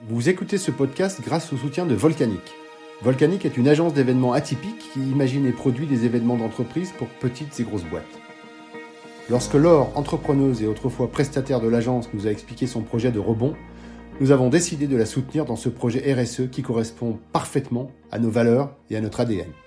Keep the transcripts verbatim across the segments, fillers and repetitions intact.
Vous écoutez ce podcast grâce au soutien de Volcanic. Volcanic est une agence d'événements atypiques qui imagine et produit des événements d'entreprise pour petites et grosses boîtes. Lorsque Laure, entrepreneuse et autrefois prestataire de l'agence, nous a expliqué son projet de rebond, nous avons décidé de la soutenir dans ce projet R S E qui correspond parfaitement à nos valeurs et à notre A D N.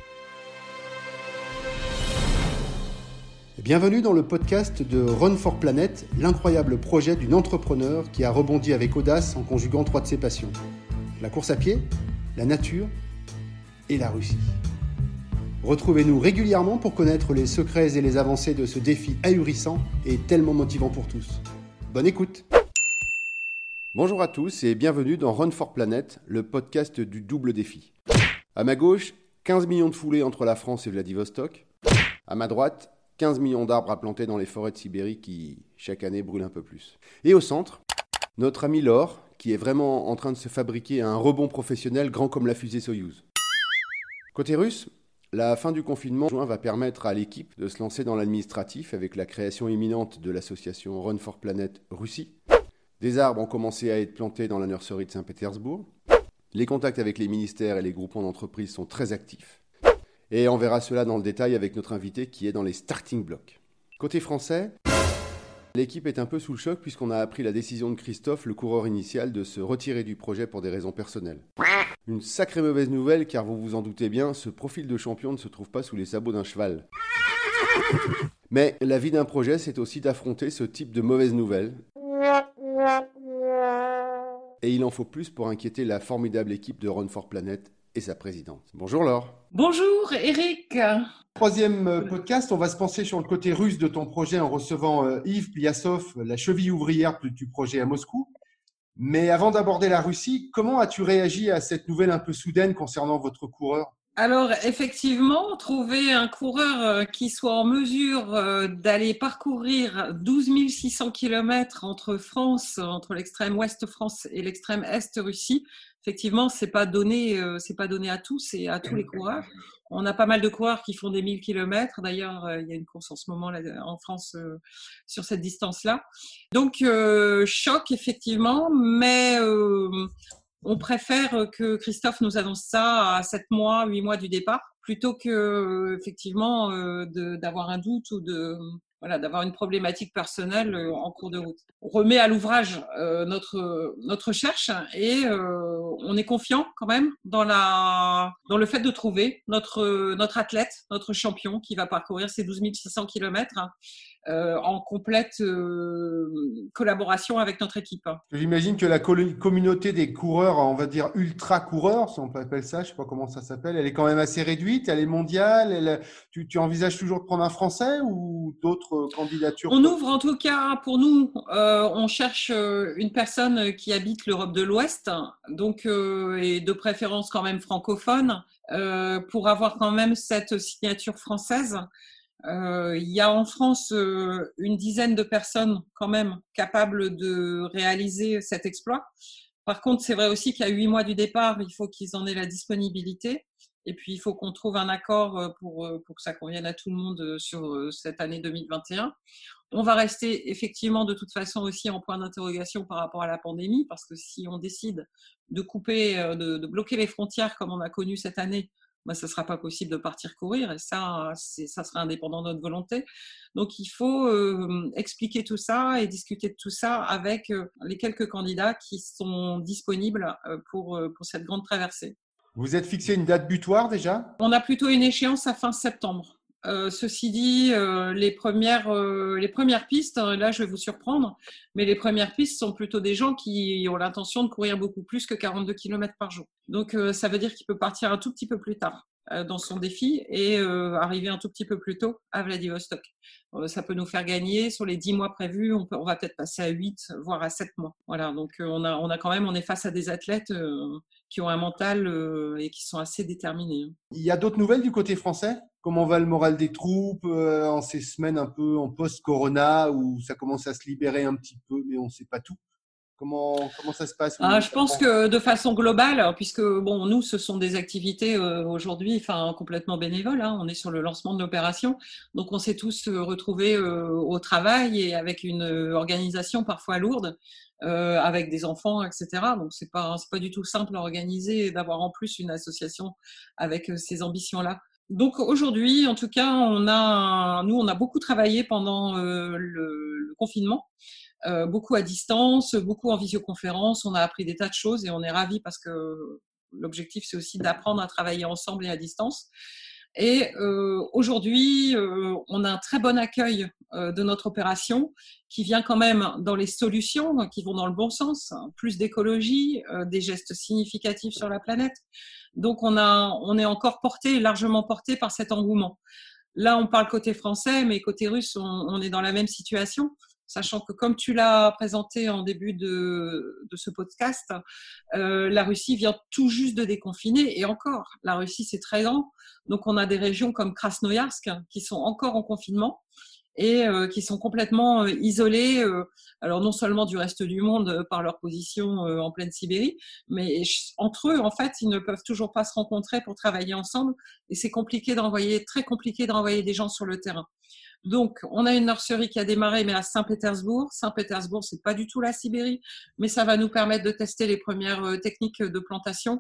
Bienvenue dans le podcast de Run for Planet, l'incroyable projet d'une entrepreneur qui a rebondi avec audace en conjuguant trois de ses passions. La course à pied, la nature et la Russie. Retrouvez-nous régulièrement pour connaître les secrets et les avancées de ce défi ahurissant et tellement motivant pour tous. Bonne écoute! Bonjour à tous et bienvenue dans Run for Planet, le podcast du double défi. À ma gauche, quinze millions de foulées entre la France et Vladivostok. À ma droite, quinze millions d'arbres à planter dans les forêts de Sibérie qui, chaque année, brûlent un peu plus. Et au centre, notre ami Laure, qui est vraiment en train de se fabriquer un rebond professionnel grand comme la fusée Soyouz. Côté russe, la fin du confinement juin va permettre à l'équipe de se lancer dans l'administratif avec la création imminente de l'association Run for Planet Russie. Des arbres ont commencé à être plantés dans la nurserie de Saint-Pétersbourg. Les contacts avec les ministères et les groupements d'entreprises sont très actifs. Et on verra cela dans le détail avec notre invité qui est dans les starting blocks. Côté français, l'équipe est un peu sous le choc puisqu'on a appris la décision de Christophe, le coureur initial, de se retirer du projet pour des raisons personnelles. Une sacrée mauvaise nouvelle car vous vous en doutez bien, ce profil de champion ne se trouve pas sous les sabots d'un cheval. Mais la vie d'un projet, c'est aussi d'affronter ce type de mauvaises nouvelles. Et il en faut plus pour inquiéter la formidable équipe de Run for Planet et sa présidente. Bonjour Laure. Bonjour Eric. Troisième podcast, on va se pencher sur le côté russe de ton projet en recevant euh, Yves Pliassov, la cheville ouvrière du projet à Moscou. Mais avant d'aborder la Russie, comment as-tu réagi à cette nouvelle un peu soudaine concernant votre coureur ? Alors effectivement, trouver un coureur qui soit en mesure d'aller parcourir douze mille six cents kilomètres entre France, entre l'extrême ouest France et l'extrême est Russie, effectivement, c'est pas donné, c'est pas donné à tous et à tous les coureurs. On a pas mal de coureurs qui font des mille kilomètres. D'ailleurs, il y a une course en ce moment là, en France euh, sur cette distance-là. Donc, euh, choc effectivement, mais euh, on préfère que Christophe nous annonce ça à sept mois, huit mois du départ, plutôt que effectivement euh, de, d'avoir un doute ou de voilà, d'avoir une problématique personnelle euh, en cours de route. On remet à l'ouvrage euh, notre notre recherche et euh, on est confiant quand même dans la dans le fait de trouver notre notre athlète, notre champion qui va parcourir ces douze mille six cents kilomètres. Euh, en complète euh, collaboration avec notre équipe. J'imagine que la co- communauté des coureurs, on va dire ultra-coureurs, si on peut appeler ça, je ne sais pas comment ça s'appelle, elle est quand même assez réduite, elle est mondiale. Elle, tu, tu envisages toujours de prendre un Français ou d'autres candidatures ? On ouvre en tout cas, pour nous, euh, on cherche une personne qui habite l'Europe de l'Ouest, donc euh, et de préférence quand même francophone, euh, pour avoir quand même cette signature française. Euh, il y a en France euh, une dizaine de personnes quand même capables de réaliser cet exploit. Par contre, c'est vrai aussi qu'à huit mois du départ, il faut qu'ils en aient la disponibilité. Et puis, il faut qu'on trouve un accord pour, pour que ça convienne à tout le monde sur cette année deux mille vingt et un. On va rester effectivement de toute façon aussi en point d'interrogation par rapport à la pandémie, parce que si on décide de couper, de, de bloquer les frontières comme on a connu cette année, ben, ça ne sera pas possible de partir courir et ça, c'est, ça sera indépendant de notre volonté. Donc, il faut euh, expliquer tout ça et discuter de tout ça avec euh, les quelques candidats qui sont disponibles euh, pour, euh, pour cette grande traversée. Vous êtes fixé une date butoir déjà ? On a plutôt une échéance à fin septembre. Euh, ceci dit, euh, les premières, euh, les premières pistes, là je vais vous surprendre, mais les premières pistes sont plutôt des gens qui ont l'intention de courir beaucoup plus que quarante-deux kilomètres par jour. Donc euh, ça veut dire qu'il peut partir un tout petit peu plus tard euh, dans son défi et euh, arriver un tout petit peu plus tôt à Vladivostok. Euh, ça peut nous faire gagner sur les dix mois prévus, on, peut, on va peut-être passer à huit, voire à sept mois. Voilà, donc euh, on a, on a quand même, on est face à des athlètes euh, qui ont un mental euh, et qui sont assez déterminés. Il y a d'autres nouvelles du côté français ? Comment va le moral des troupes euh, en ces semaines un peu en post-corona où ça commence à se libérer un petit peu, mais on ne sait pas tout ? Comment, comment ça se passe Ah, je pense que de façon globale, puisque bon, nous, ce sont des activités euh, aujourd'hui, enfin complètement bénévoles. Hein, on est sur le lancement de l'opération, donc on s'est tous euh, retrouvés euh, au travail et avec une euh, organisation parfois lourde, euh, avec des enfants, et cetera. Donc c'est pas c'est pas du tout simple à organiser et d'avoir en plus une association avec euh, ces ambitions-là. Donc aujourd'hui, en tout cas, on a nous on a beaucoup travaillé pendant euh, le, le confinement. Euh, beaucoup à distance, beaucoup en visioconférence. On a appris des tas de choses et on est ravis parce que l'objectif, c'est aussi d'apprendre à travailler ensemble et à distance. Et euh, aujourd'hui, euh, on a un très bon accueil euh, de notre opération qui vient quand même dans les solutions qui vont dans le bon sens, hein, plus d'écologie, euh, des gestes significatifs sur la planète. Donc, on, a, on est encore porté, largement porté par cet engouement. Là, on parle côté français, mais côté russe, on, on est dans la même situation. Sachant que, comme tu l'as présenté en début de, de ce podcast, euh, la Russie vient tout juste de déconfiner. Et encore, la Russie, c'est très grand. Donc, on a des régions comme Krasnoïarsk qui sont encore en confinement et euh, qui sont complètement euh, isolées, euh, alors non seulement du reste du monde euh, par leur position euh, en pleine Sibérie, mais entre eux, en fait, ils ne peuvent toujours pas se rencontrer pour travailler ensemble. Et c'est compliqué d'envoyer, très compliqué d'envoyer des gens sur le terrain. Donc, on a une nurserie qui a démarré, mais à Saint-Pétersbourg. Saint-Pétersbourg, c'est pas du tout la Sibérie, mais ça va nous permettre de tester les premières techniques de plantation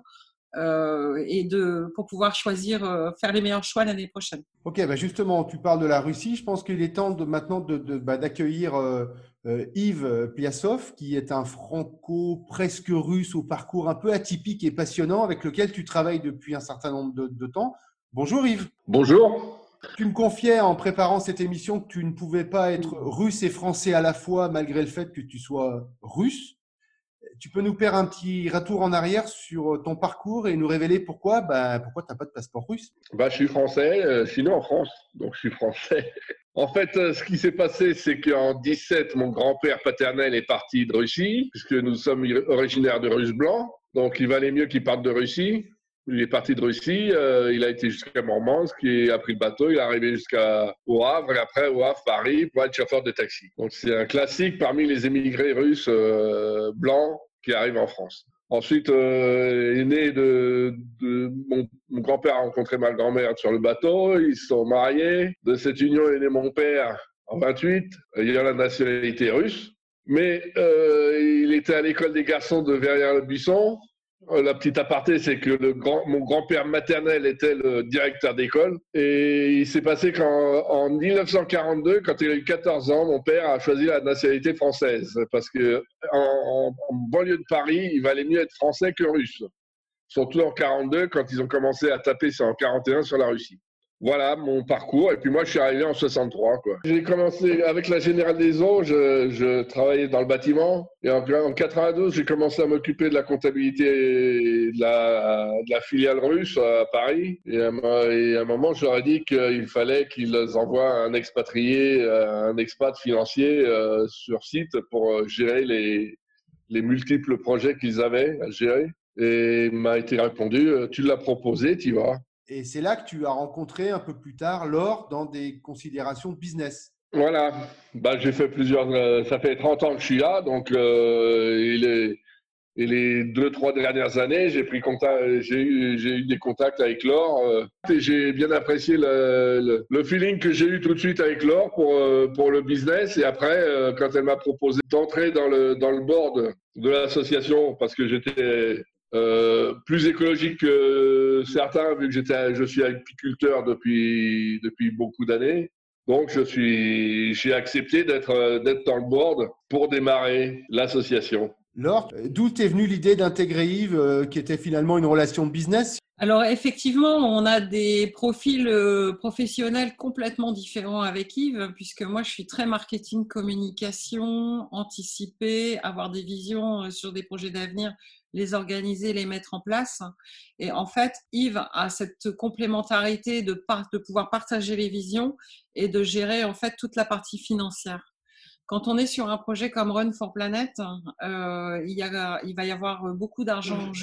euh, et de pour pouvoir choisir, euh, faire les meilleurs choix l'année prochaine. Ok, bah justement, tu parles de la Russie. Je pense qu'il est temps de, maintenant de, de, bah, d'accueillir euh, euh, Yves Pliassov, qui est un franco presque russe au parcours un peu atypique et passionnant, avec lequel tu travailles depuis un certain nombre de, de temps. Bonjour Yves. Bonjour. Tu me confiais en préparant cette émission que tu ne pouvais pas être russe et français à la fois, malgré le fait que tu sois russe. Tu peux nous faire un petit retour en arrière sur ton parcours et nous révéler pourquoi, bah, pourquoi tu n'as pas de passeport russe? Bah, je suis français, euh, je suis né en France, donc je suis français. En fait, euh, ce qui s'est passé, c'est qu'en dix-sept, mon grand-père paternel est parti de Russie, puisque nous sommes originaires de Russes blancs, donc il valait mieux qu'il parte de Russie. Il est parti de Russie, euh, il a été jusqu'à Mormansk, il a pris le bateau, il est arrivé jusqu'au Havre, et après au Havre, Paris, pour être chauffeur de taxi. Donc c'est un classique parmi les émigrés russes euh, blancs qui arrivent en France. Ensuite, euh, est né de, de mon, mon grand-père a rencontré ma grand-mère sur le bateau, ils se sont mariés. De cette union est né mon père en vingt-huit, il a la nationalité russe, mais euh, il était à l'école des garçons de Verrières-le-Buisson. La petite aparté, c'est que le grand, mon grand-père maternel était le directeur d'école. Et il s'est passé qu'en en mille neuf cent quarante-deux, quand il a eu quatorze ans, mon père a choisi la nationalité française. Parce que en, en banlieue de Paris, il valait mieux être français que russe. Surtout en quarante-deux, quand ils ont commencé à taper en quarante et un sur la Russie. Voilà mon parcours. Et puis moi, je suis arrivé en soixante-trois, quoi. J'ai commencé avec la Générale des Eaux. Je, je travaillais dans le bâtiment. Et en, en quatre-vingt-douze, j'ai commencé à m'occuper de la comptabilité de la, de la filiale russe à Paris. Et à, et à un moment, je leur ai dit qu'il fallait qu'ils envoient un expatrié, un expat financier euh, sur site pour gérer les, les multiples projets qu'ils avaient à gérer. Et il m'a été répondu, tu l'as proposé, tu y vas. Et c'est là que tu as rencontré un peu plus tard Laure dans des considérations de business. Voilà, bah, j'ai fait plusieurs, euh, ça fait trente ans que je suis là, donc euh, et les, et les deux, trois dernières années, j'ai pris contact, j'ai eu, j'ai eu des contacts avec Laure euh, et j'ai bien apprécié le, le, le feeling que j'ai eu tout de suite avec Laure pour, euh, pour le business. Et après, euh, quand elle m'a proposé d'entrer dans le, dans le board de l'association, parce que j'étais Euh, plus écologique que certains, vu que j'étais, je suis apiculteur depuis, depuis beaucoup d'années. Donc, je suis, j'ai accepté d'être, d'être dans le board pour démarrer l'association. Laure, d'où t'est venue l'idée d'intégrer Yves, euh, qui était finalement une relation de business? Alors effectivement, on a des profils euh, professionnels complètement différents avec Yves, puisque moi je suis très marketing, communication, anticiper, avoir des visions sur des projets d'avenir, les organiser, les mettre en place. Et en fait, Yves a cette complémentarité de, par, de pouvoir partager les visions et de gérer en fait toute la partie financière. Quand on est sur un projet comme Run for Planet, euh, il, y a, il va y avoir beaucoup d'argent en jeu.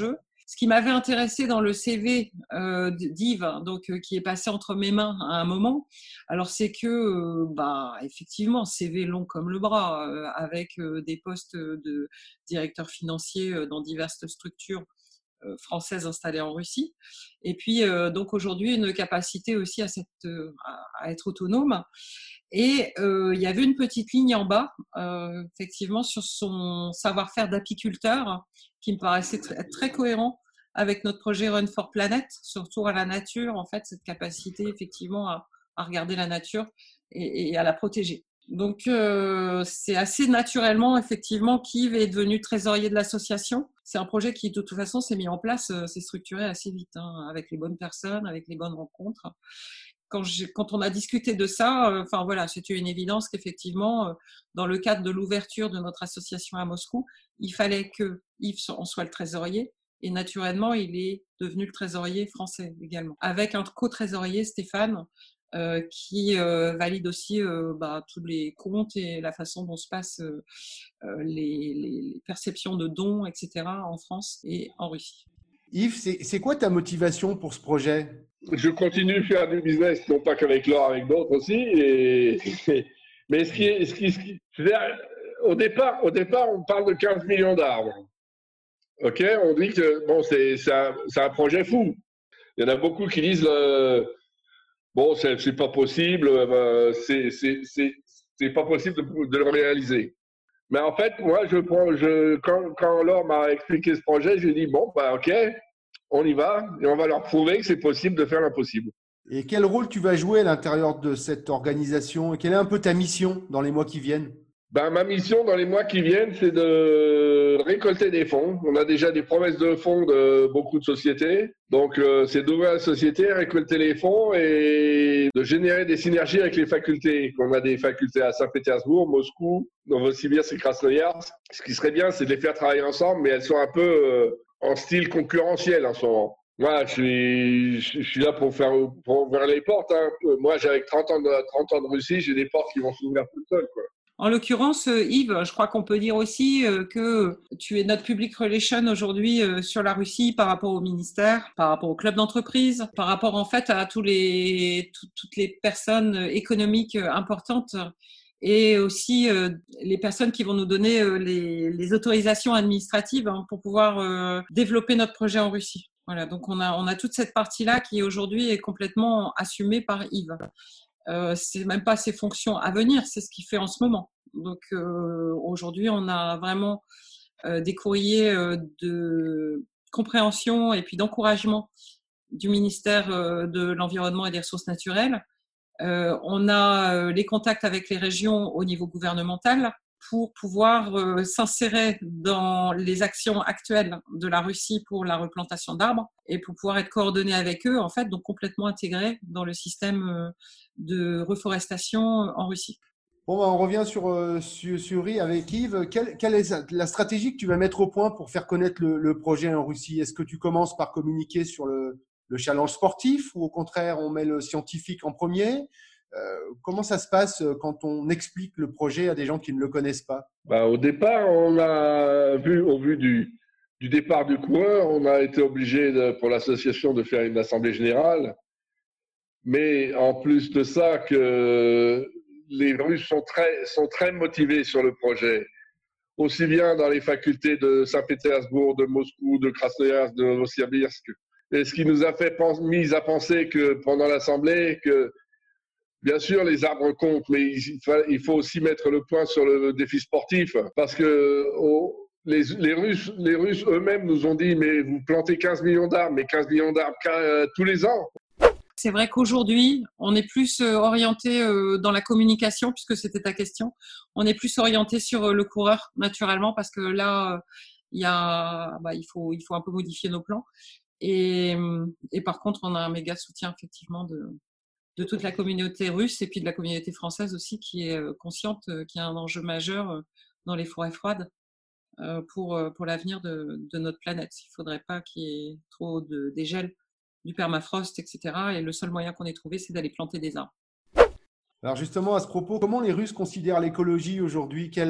Ce qui m'avait intéressé dans le C V euh, d'Yves, donc euh, qui est passé entre mes mains à un moment, alors c'est que, euh, bah, effectivement, C V long comme le bras, euh, avec euh, des postes de directeur financier euh, dans diverses structures euh, françaises installées en Russie, et puis euh, donc aujourd'hui une capacité aussi à, cette, euh, à être autonome. Et euh, il y avait une petite ligne en bas, euh, effectivement, sur son savoir-faire d'apiculteur, qui me paraissait tr- être très cohérent avec notre projet Run for Planet, surtout à la nature, en fait, cette capacité effectivement à, à regarder la nature et, et à la protéger. Donc, euh, c'est assez naturellement, effectivement, qu'Yves est devenu trésorier de l'association. C'est un projet qui, de toute façon, s'est mis en place, euh, s'est structuré assez vite, hein, avec les bonnes personnes, avec les bonnes rencontres. Quand, quand on a discuté de ça, euh, enfin voilà, c'était une évidence qu'effectivement, euh, dans le cadre de l'ouverture de notre association à Moscou, il fallait que Yves en soit le trésorier. Et naturellement, il est devenu le trésorier français également, avec un co-trésorier, Stéphane, euh, qui euh, valide aussi euh, bah, tous les comptes et la façon dont se passent euh, les, les perceptions de dons, et cetera, en France et en Russie. Yves, c'est, c'est quoi ta motivation pour ce projet ? Je continue de faire du business, non pas qu'avec Laure, avec d'autres aussi. Et... Mais ce qui est, ce qui, ce qui... au départ, au départ, on parle de quinze millions d'arbres. Ok, on dit que bon, c'est, c'est, un, c'est un projet fou. Il y en a beaucoup qui disent euh, bon, c'est, c'est pas possible, euh, c'est, c'est, c'est, c'est pas possible de, de le réaliser. Mais en fait, moi, je prends, je, quand, quand Laure m'a expliqué ce projet, j'ai dit bon, bah ok, on y va et on va leur prouver que c'est possible de faire l'impossible. Et quel rôle tu vas jouer à l'intérieur de cette organisation ? Et quelle est un peu ta mission dans les mois qui viennent ? Ben, ma mission dans les mois qui viennent, c'est de récolter des fonds. On a déjà des promesses de fonds de beaucoup de sociétés. Donc, euh, c'est d'ouvrir la société, récolter les fonds et de générer des synergies avec les facultés. On a des facultés à Saint-Pétersbourg, Moscou, Novosibirsk et Krasnoïarsk. Ce qui serait bien, c'est de les faire travailler ensemble, mais elles sont un peu euh, en style concurrentiel en ce moment. Moi, je suis, je suis là pour faire pour ouvrir les portes. Hein. Moi, j'ai avec trente ans de, trente ans de Russie, j'ai des portes qui vont s'ouvrir toutes seules, quoi. En l'occurrence, Yves, je crois qu'on peut dire aussi que tu es notre public relation aujourd'hui sur la Russie par rapport au ministère, par rapport au club d'entreprise, par rapport en fait à tous les, tout, toutes les personnes économiques importantes et aussi euh, les personnes qui vont nous donner euh, les, les autorisations administratives hein, pour pouvoir euh, développer notre projet en Russie. Voilà, donc on a, on a toute cette partie-là qui aujourd'hui est complètement assumée par Yves. Euh, c'est même pas ses fonctions à venir, c'est ce qu'il fait en ce moment. Donc euh, aujourd'hui, on a vraiment euh, des courriers euh, de compréhension et puis d'encouragement du ministère euh, de l'Environnement et des Ressources naturelles. Euh, on a euh, les contacts avec les régions au niveau gouvernemental pour pouvoir euh, s'insérer dans les actions actuelles de la Russie pour la replantation d'arbres et pour pouvoir être coordonné avec eux, en fait, donc complètement intégré dans le système euh, de reforestation en Russie. Bon, ben, on revient sur, euh, sur, sur I avec Yves. Quelle, quelle est la stratégie que tu vas mettre au point pour faire connaître le, le projet en Russie ? Est-ce que tu commences par communiquer sur le, le challenge sportif ou au contraire, on met le scientifique en premier ? Euh, comment ça se passe quand on explique le projet à des gens qui ne le connaissent pas ? Ben, au départ, on a vu, au vu du, du départ du coureur, on a été obligé de, pour l'association de faire une assemblée générale. Mais en plus de ça, que les Russes sont très, sont très motivés sur le projet, aussi bien dans les facultés de Saint-Pétersbourg, de Moscou, de Krasnoïarsk, de Novosibirsk. Et ce qui nous a fait mis à penser que pendant l'assemblée, que bien sûr, les arbres comptent, mais il faut aussi mettre le point sur le défi sportif parce que oh, les, les, Russes, les Russes eux-mêmes nous ont dit mais vous plantez quinze millions d'arbres, mais quinze millions d'arbres euh, tous les ans. C'est vrai qu'aujourd'hui, on est plus orienté dans la communication, puisque c'était ta question. On est plus orienté sur le coureur, naturellement, parce que là, il, y a, bah, il, faut, il faut un peu modifier nos plans. Et, et par contre, on a un méga soutien, effectivement, de, de toute la communauté russe et puis de la communauté française aussi, qui est consciente qu'il y a un enjeu majeur dans les forêts froides pour, pour l'avenir de, de notre planète. Il ne faudrait pas qu'il y ait trop de dégel du permafrost, et cetera. Et le seul moyen qu'on ait trouvé, c'est d'aller planter des arbres. Alors justement, à ce propos, comment les Russes considèrent l'écologie aujourd'hui ? Quelle,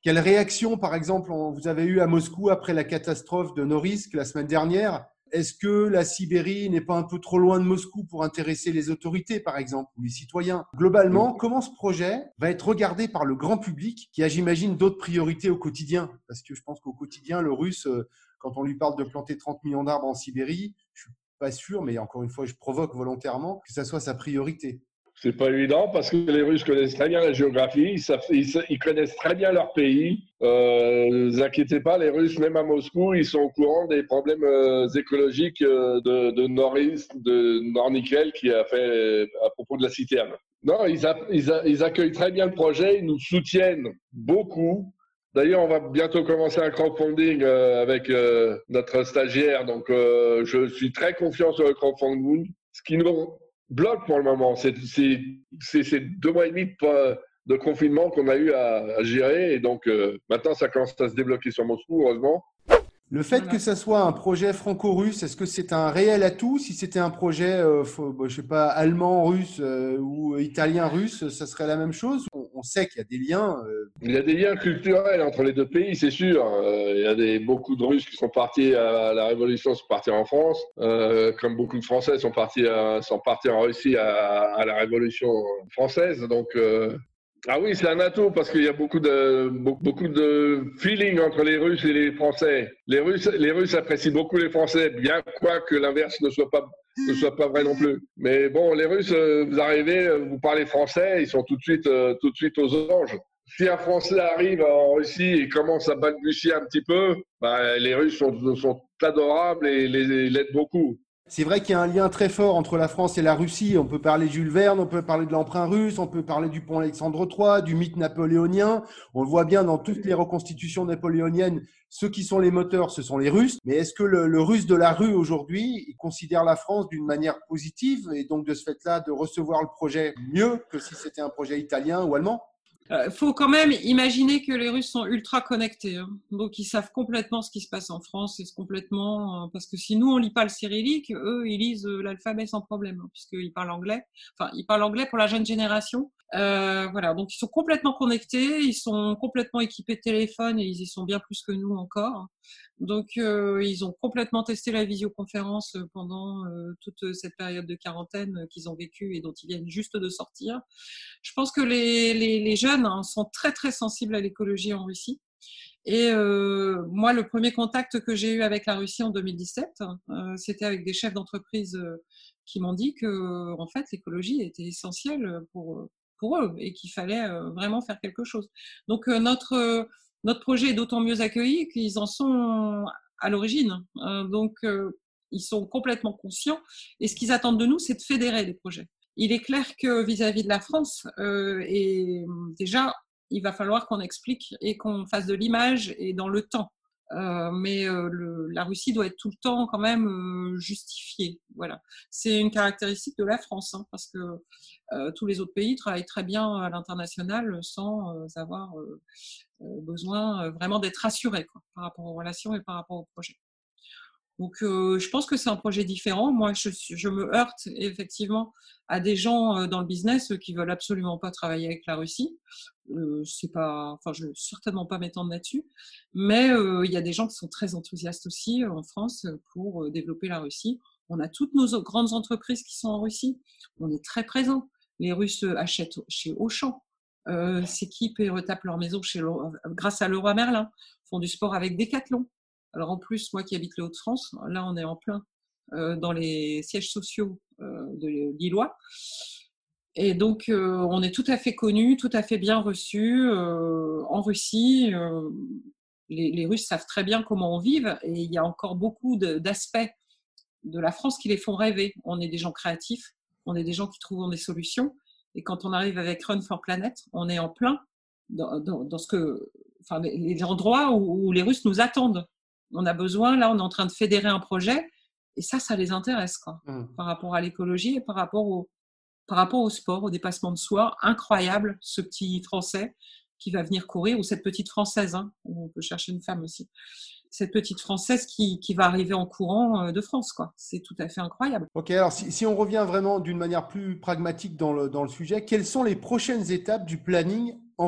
Quelle réaction, par exemple, vous avez eu à Moscou après la catastrophe de Norilsk la semaine dernière? Est-ce que la Sibérie n'est pas un peu trop loin de Moscou pour intéresser les autorités, par exemple, ou les citoyens? Globalement, comment ce projet va être regardé par le grand public qui a, j'imagine, d'autres priorités au quotidien? Parce que je pense qu'au quotidien, le Russe, quand on lui parle de planter trente millions d'arbres en Sibérie, je suis pas sûr, mais encore une fois, je provoque volontairement que ça soit sa priorité. C'est pas évident parce que les Russes connaissent très bien la géographie, ils, savent, ils, ils connaissent très bien leur pays. Euh, ne vous inquiétez pas, les Russes, même à Moscou, ils sont au courant des problèmes euh, écologiques euh, de, de Norilsk, de Nornickel qui a fait euh, à propos de la citerne. Non, ils, a, ils, a, ils accueillent très bien le projet, ils nous soutiennent beaucoup. D'ailleurs, on va bientôt commencer un crowdfunding euh, avec euh, notre stagiaire, donc euh, je suis très confiant sur le crowdfunding. Ce qui nous bloque pour le moment, c'est ces deux mois et demi de, de confinement qu'on a eu à, à gérer, et donc euh, maintenant ça commence à se débloquer sur Moscou, heureusement. Le fait que ça soit un projet franco-russe, est-ce que c'est un réel atout? Si c'était un projet, euh, je sais pas, allemand-russe euh, ou italien-russe, ça serait la même chose? On, on sait qu'il y a des liens. Euh... Il y a des liens culturels entre les deux pays, c'est sûr. Euh, il y a des, beaucoup de Russes qui sont partis à la Révolution, sont partis en France, euh, comme beaucoup de Français sont partis, à, sont partis en Russie à, à la Révolution française. Donc, euh, ah oui, c'est un atout parce qu'il y a beaucoup de, beaucoup de feeling entre les Russes et les Français. Les Russes, les Russes apprécient beaucoup les Français, bien quoi que l'inverse ne soit pas, ne soit pas vrai non plus. Mais bon, les Russes, vous arrivez, vous parlez français, ils sont tout de suite, tout de suite aux anges. Si un Français arrive en Russie et commence à balbutier un petit peu, bah, les Russes sont, sont adorables et les, l'aident beaucoup. C'est vrai qu'il y a un lien très fort entre la France et la Russie. On peut parler de Jules Verne, on peut parler de l'emprunt russe, on peut parler du pont Alexandre trois, du mythe napoléonien. On le voit bien dans toutes les reconstitutions napoléoniennes. Ceux qui sont les moteurs, ce sont les Russes. Mais est-ce que le, le Russe de la rue aujourd'hui, il considère la France d'une manière positive et donc de ce fait-là de recevoir le projet mieux que si c'était un projet italien ou allemand? Il euh, faut quand même imaginer que les Russes sont ultra connectés, hein. Donc ils savent complètement ce qui se passe en France, c'est complètement, euh, parce que si nous on lit pas le cyrillique, eux ils lisent euh, l'alphabet sans problème, hein, puisqu'ils parlent anglais. Enfin, ils parlent anglais pour la jeune génération. Euh, voilà, donc ils sont complètement connectés, ils sont complètement équipés de téléphones et ils y sont bien plus que nous encore. Donc euh, ils ont complètement testé la visioconférence pendant euh, toute cette période de quarantaine qu'ils ont vécue et dont ils viennent juste de sortir. Je pense que les, les, les jeunes hein, sont très très sensibles à l'écologie en Russie. Et euh, moi, le premier contact que j'ai eu avec la Russie en deux mille dix-sept, euh, c'était avec des chefs d'entreprise euh, qui m'ont dit que en fait l'écologie était essentielle pour pour eux et qu'il fallait euh, vraiment faire quelque chose. Donc euh, notre euh, notre projet est d'autant mieux accueilli qu'ils en sont à l'origine. Euh, donc euh, ils sont complètement conscients et ce qu'ils attendent de nous, c'est de fédérer les projets. Il est clair que vis-à-vis de la France, euh, et déjà, il va falloir qu'on explique et qu'on fasse de l'image et dans le temps. Euh, mais euh, le, la Russie doit être tout le temps quand même euh, justifiée. Voilà, c'est une caractéristique de la France, hein, parce que euh, tous les autres pays travaillent très bien à l'international sans euh, avoir euh, besoin euh, vraiment d'être rassurés quoi, par rapport aux relations et par rapport au projet. Donc, euh, je pense que c'est un projet différent. Moi, je, je me heurte effectivement à des gens euh, dans le business qui veulent absolument pas travailler avec la Russie. Euh, c'est pas, enfin, je vais certainement pas m'étendre là-dessus. Mais euh, il y a des gens qui sont très enthousiastes aussi euh, en France pour euh, développer la Russie. On a toutes nos grandes entreprises qui sont en Russie. On est très présents. Les Russes achètent chez Auchan, euh, s'équipent et retapent leur maison chez le, grâce à Leroy Merlin. Font du sport avec Decathlon. Alors en plus, moi qui habite les Hauts-de-France, là on est en plein euh, dans les sièges sociaux euh, de Lillois. Et donc euh, on est tout à fait connus, tout à fait bien reçus euh, en Russie. Euh, les, les Russes savent très bien comment on vit et il y a encore beaucoup de, d'aspects de la France qui les font rêver. On est des gens créatifs, on est des gens qui trouvent des solutions. Et quand on arrive avec Run for Planet, on est en plein dans, dans, dans ce que, enfin, les, les endroits où, où les Russes nous attendent. On a besoin, là, on est en train de fédérer un projet, et ça, ça les intéresse, quoi, mmh. par rapport à l'écologie et par rapport au, par rapport au sport, au dépassement de soi. Incroyable, ce petit Français qui va venir courir, ou cette petite Française, hein, on peut chercher une femme aussi, cette petite Française qui, qui va arriver en courant de France, quoi. C'est tout à fait incroyable. Ok, alors si, si on revient vraiment d'une manière plus pragmatique dans le, dans le sujet, quelles sont les prochaines étapes du planning en Russie ?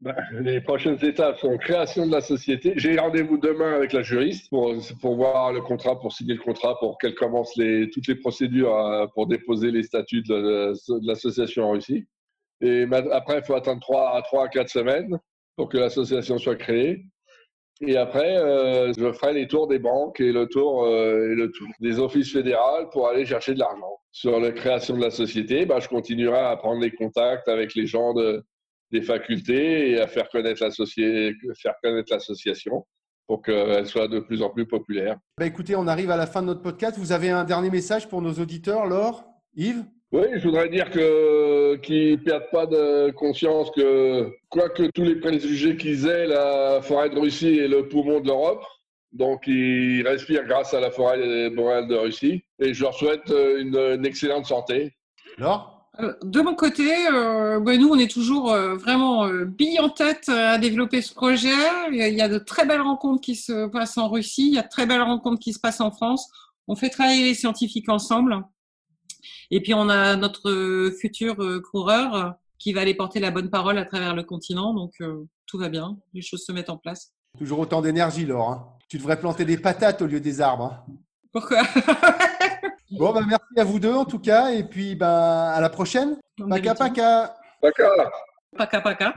Ben, les prochaines étapes sont création de la société. J'ai rendez-vous demain avec la juriste pour, pour voir le contrat, pour signer le contrat, pour qu'elle commence les, toutes les procédures à, pour déposer les statuts de, de l'association en Russie. Et après, il faut attendre trois à quatre semaines pour que l'association soit créée. Et après, euh, je ferai les tours des banques et le tour, euh, et le tour des offices fédéraux pour aller chercher de l'argent. Sur la création de la société, ben, je continuerai à prendre les contacts avec les gens de des facultés et à faire connaître l'associé, faire connaître l'association pour qu'elle soit de plus en plus populaire. Bah écoutez, on arrive à la fin de notre podcast. Vous avez un dernier message pour nos auditeurs, Laure, Yves? Oui, je voudrais dire que, qu'ils ne perdent pas de conscience que, quoique tous les préjugés qu'ils aient, la forêt de Russie est le poumon de l'Europe. Donc, ils respirent grâce à la forêt boréale de Russie. Et je leur souhaite une, une excellente santé. Laure? De mon côté, euh, ben nous, on est toujours euh, vraiment euh, billes en tête à développer ce projet. Il y a de très belles rencontres qui se passent en Russie, il y a de très belles rencontres qui se passent en France. On fait travailler les scientifiques ensemble. Et puis, on a notre futur euh, coureur euh, qui va aller porter la bonne parole à travers le continent. Donc, euh, tout va bien, les choses se mettent en place. Toujours autant d'énergie, Laure. Hein. Tu devrais planter des patates au lieu des arbres. Hein. Pourquoi? Bon, ben, merci à vous deux en tout cas. Et puis, ben, à la prochaine. Paka paka. Paka. Paka paka.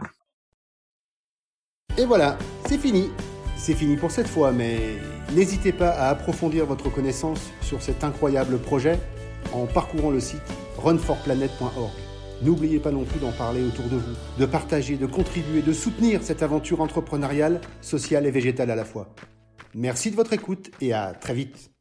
Et voilà, c'est fini. C'est fini pour cette fois, mais n'hésitez pas à approfondir votre connaissance sur cet incroyable projet en parcourant le site run for planet point org. N'oubliez pas non plus d'en parler autour de vous, de partager, de contribuer, de soutenir cette aventure entrepreneuriale, sociale et végétale à la fois. Merci de votre écoute et à très vite.